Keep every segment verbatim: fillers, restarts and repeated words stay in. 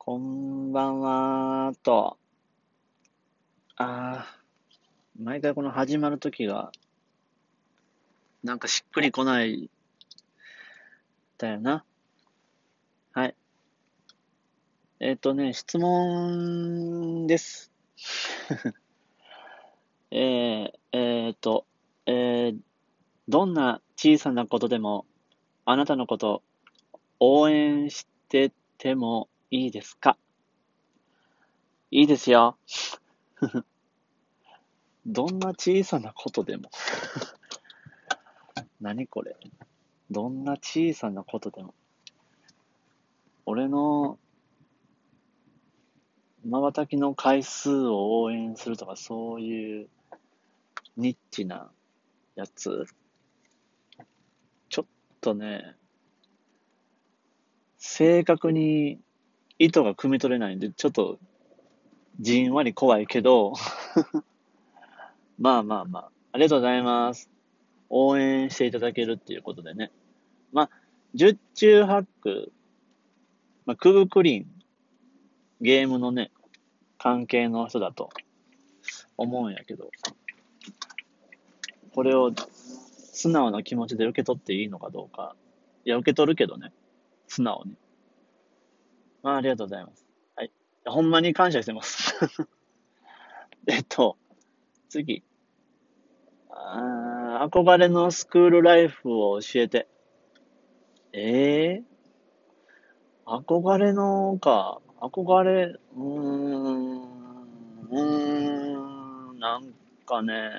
こんばんはーと。あー、毎回この始まるときが、なんかしっくりこないだよな。はい。えっとね、質問です。えー、えーと、えー、どんな小さなことでも、あなたのこと応援しててもいいですか？いいですよ。どんな小さなことでも。何これ。どんな小さなことでも。俺の瞬きの回数を応援するとか、そういうニッチなやつ、ちょっとね、正確に意図が汲み取れないんで、ちょっとじんわり怖いけど、まあまあまあ、ありがとうございます。応援していただけるっていうことでね。まあ、十中八九、まあ、クブクリン、ゲームのね、関係の人だと思うんやけど、これを素直な気持ちで受け取っていいのかどうか。いや、受け取るけどね、素直に。まあ、ありがとうございます。はい。ほんまに感謝してます。えっと、次。あー憧れのスクールライフを教えて。ええー、憧れのか。憧れ、うーん、うーん、なんかね、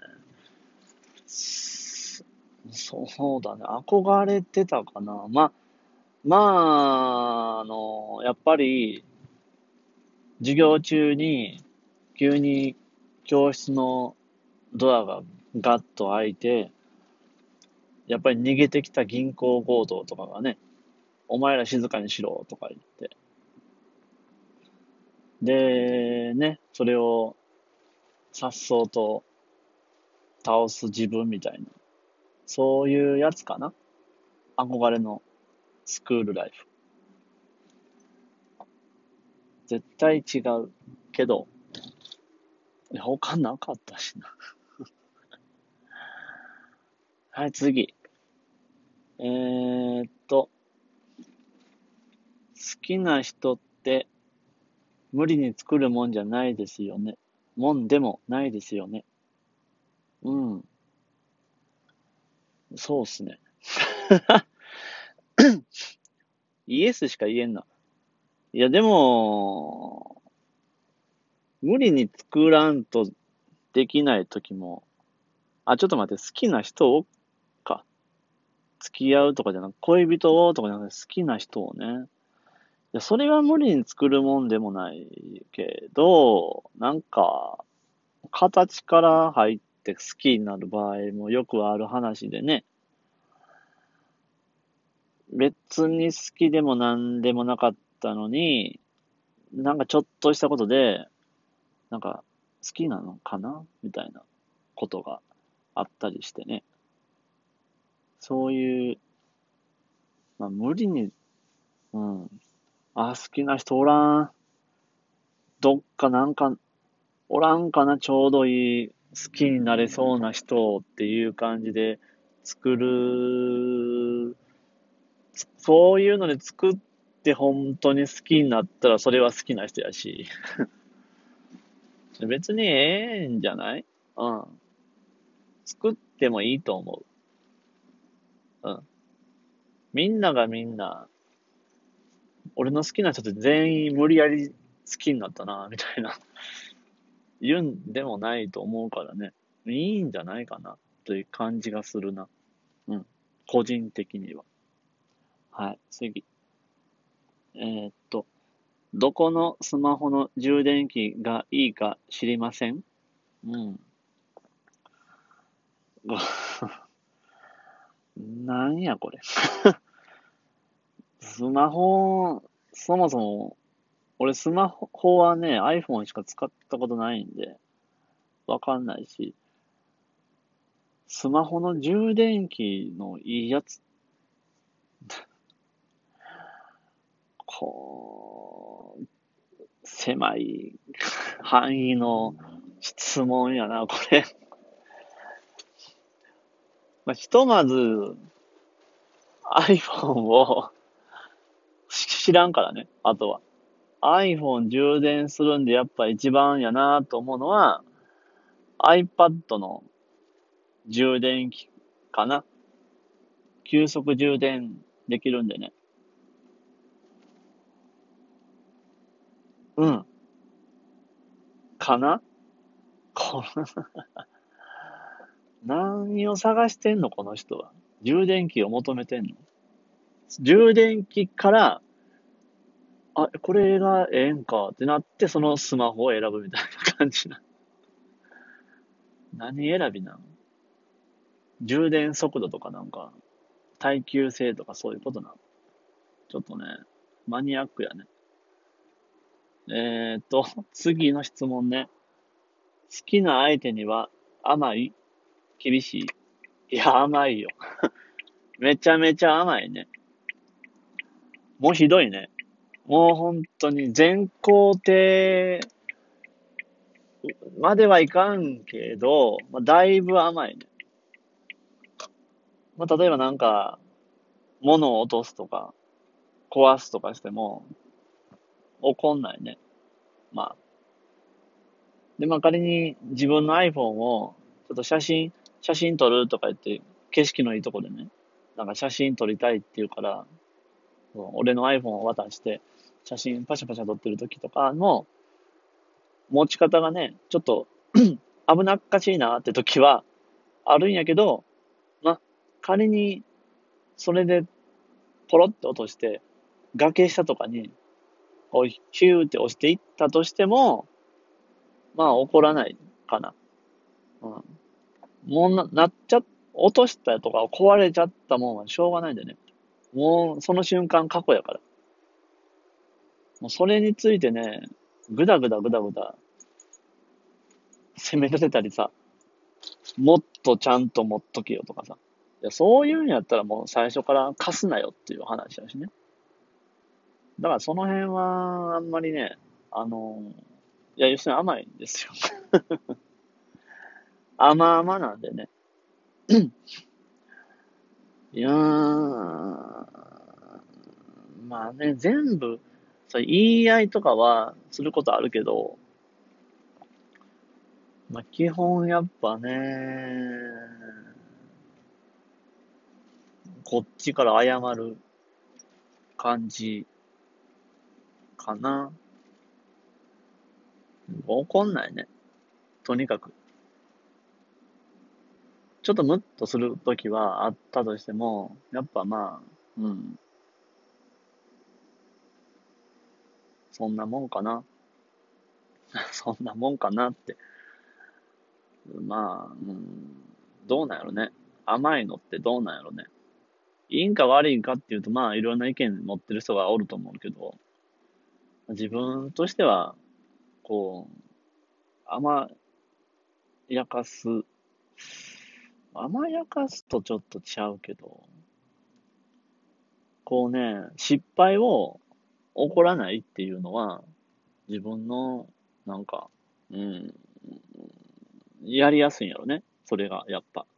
そうだね。憧れてたかな。ま、まあ、あの、やっぱり、授業中に、急に教室のドアがガッと開いて、やっぱり逃げてきた銀行強盗とかがね、お前ら静かにしろとか言って。で、ね、それを颯爽と倒す自分みたいな。そういうやつかな。憧れのスクールライフ。絶対違うけど、他なかったしな。はい、次。えーっと、好きな人って無理に作るもんじゃないですよね。もんでもないですよね。うん、そうっすね。イエスしか言えんな。いや、でも、無理に作らんとできない時も、あ、ちょっと待って、好きな人をか。付き合うとかじゃなく、恋人をとかじゃなくて、好きな人をね。いや、それは無理に作るもんでもないけど、なんか、形から入って好きになる場合もよくある話でね、別に好きでも何でもなかったのに、なんかちょっとしたことで、なんか好きなのかなみたいなことがあったりしてね。そういう、まあ無理に、うん。あ、好きな人おらん。どっかなんか、おらんかな、ちょうどいい、好きになれそうな人っていう感じで作る、そういうので作って本当に好きになったらそれは好きな人やし、別にええんじゃない？うん。作ってもいいと思う。うん。みんながみんな、俺の好きな人って全員無理やり好きになったな、みたいな言うんでもないと思うからね。いいんじゃないかな、という感じがするな。うん。個人的には。はい。次。えーっと、どこのスマホの充電器がいいか知りません？うん。なんやこれ。スマホ、そもそも、俺スマホはね、iPhone しか使ったことないんで、わかんないし、スマホの充電器のいいやつ、こ狭い範囲の質問やな、これ。まあ、ひとまず iPhone を知らんからね、あとは。iPhone 充電するんでやっぱ一番やなと思うのは iPad の充電器かな。急速充電できるんでね。うん。かなこ何を探してんのこの人は。充電器を求めてんの。充電器から、あ、これがええんかってなって、そのスマホを選ぶみたいな感じな。何選びなの？充電速度とかなんか、耐久性とかそういうことなの？ちょっとね、マニアックやね。えーっと、次の質問ね。好きな相手には甘い？厳しい？いや、甘いよ。めちゃめちゃ甘いね。もうひどいね。もう本当に全肯定まではいかんけど、まあ、だいぶ甘いね。まあ、例えばなんか、物を落とすとか、壊すとかしても、怒んないね。まあ。で、まあ仮に自分の iPhone を、ちょっと写真、写真撮るとか言って、景色のいいとこでね、なんか写真撮りたいって言うから、俺の iPhone を渡して、写真パシャパシャ撮ってる時とかの持ち方がね、ちょっと危なっかしいなって時はあるんやけど、まあ、仮にそれでポロって落として、崖下とかに、こう、ヒューって押していったとしても、まあ怒らないかな。うん。もうな、なっちゃ、落としたとか壊れちゃったもんはしょうがないんだよね。もうその瞬間過去やから。もうそれについてね、ぐだぐだぐだぐだ責め立てたりさ、もっとちゃんと持っとけよとかさ。いや、そういうんやったらもう最初から貸すなよっていう話だしね。だからその辺はあんまりね、あの、いや、要するに甘いんですよ。甘々なんでね。いやー、まあね、全部、そう言い合いとかはすることあるけど、まあ基本やっぱね、こっちから謝る感じかな。怒んないね。とにかく。ちょっとムッとするときはあったとしても、やっぱまあ、うん、そんなもんかな。そんなもんかなって。まあ、うん、どうなんやろね。甘いのってどうなんやろね。いいんか悪いんかっていうと、まあ、いろんな意見持ってる人がおると思うけど、自分としては、こう、甘やかす、甘やかすとちょっとちゃうけど、こうね、失敗を起こらないっていうのは、自分の、なんか、うん、やりやすいんやろね。それが、やっぱ。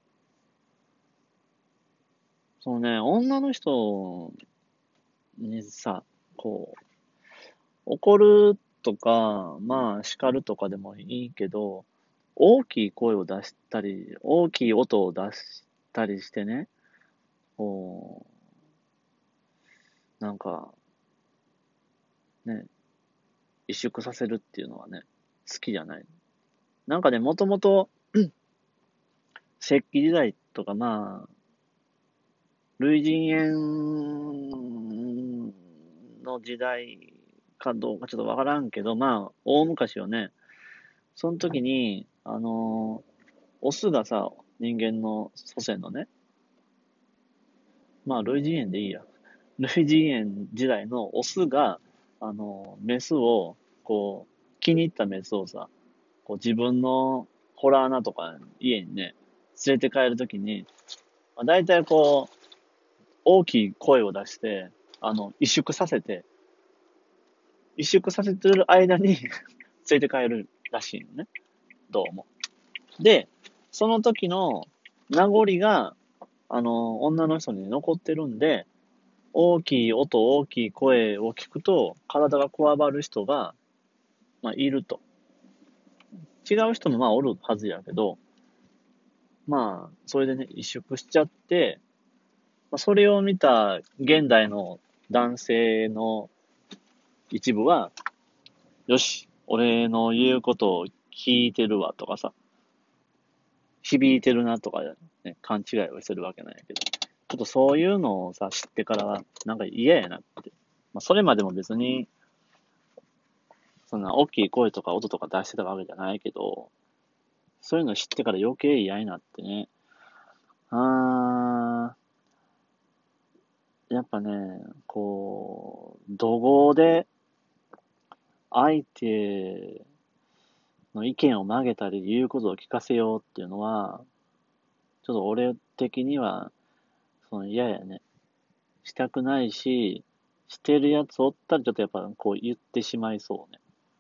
そのね、女の人にさ、こう、怒るとか、まあ叱るとかでもいいけど、大きい声を出したり、大きい音を出したりしてね、こう、なんか、ね、萎縮させるっていうのはね、好きじゃない。なんかね、もともと、石器時代とか、まあ、類人猿の時代かどうかちょっとわからんけど、まあ、大昔よね。その時に、あのーオスがさ、人間の祖先のね、まあ、類人猿でいいや。類人猿時代のオスが、あのーメスを、こう、気に入ったメスをさ、こう自分のホラー穴とか家にね、連れて帰るときに、まあ、大体こう、大きい声を出して、あの、萎縮させて、 萎縮させてる間に連れて帰るらしいのね。どうも。で、その時の名残が、あの、女の人に残ってるんで、大きい音、大きい声を聞くと、体がこわばる人が、まあ、いると。違う人もまあおるはずやけど、まあ、それでね、萎縮しちゃって、まあ、それを見た現代の男性の一部は、よし、俺の言うことを聞いてるわとかさ、響いてるなとか、ね、勘違いをしてるわけなんやけど、ちょっとそういうのをさ、知ってからは、なんか嫌やなって。まあ、それまでも別に、そんな大きい声とか音とか出してたわけじゃないけど、そういうの知ってから余計嫌になってね。あー、やっぱね、こう、怒号で相手の意見を曲げたり言うことを聞かせようっていうのは、ちょっと俺的には、その嫌やね。したくないし、してるやつおったらちょっとやっぱこう言ってしまいそうね。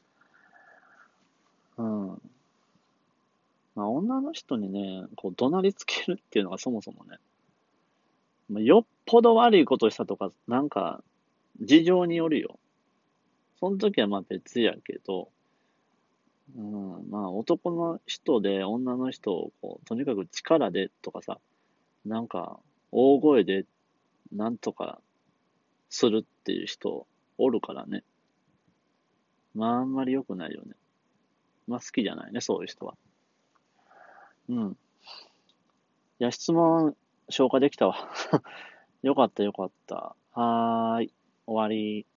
うん。まあ女の人にね、こう怒鳴りつけるっていうのがそもそもね、まあ、よっぽど悪いことしたとか、なんか、事情によるよ。その時はまあ別やけど、うん、まあ男の人で女の人をこう、とにかく力でとかさ、なんか、大声でなんとかするっていう人おるからね。まああんまり良くないよね。まあ好きじゃないね、そういう人は。うん。いや、質問消化できたわ。よかったよかった。はーい。終わり。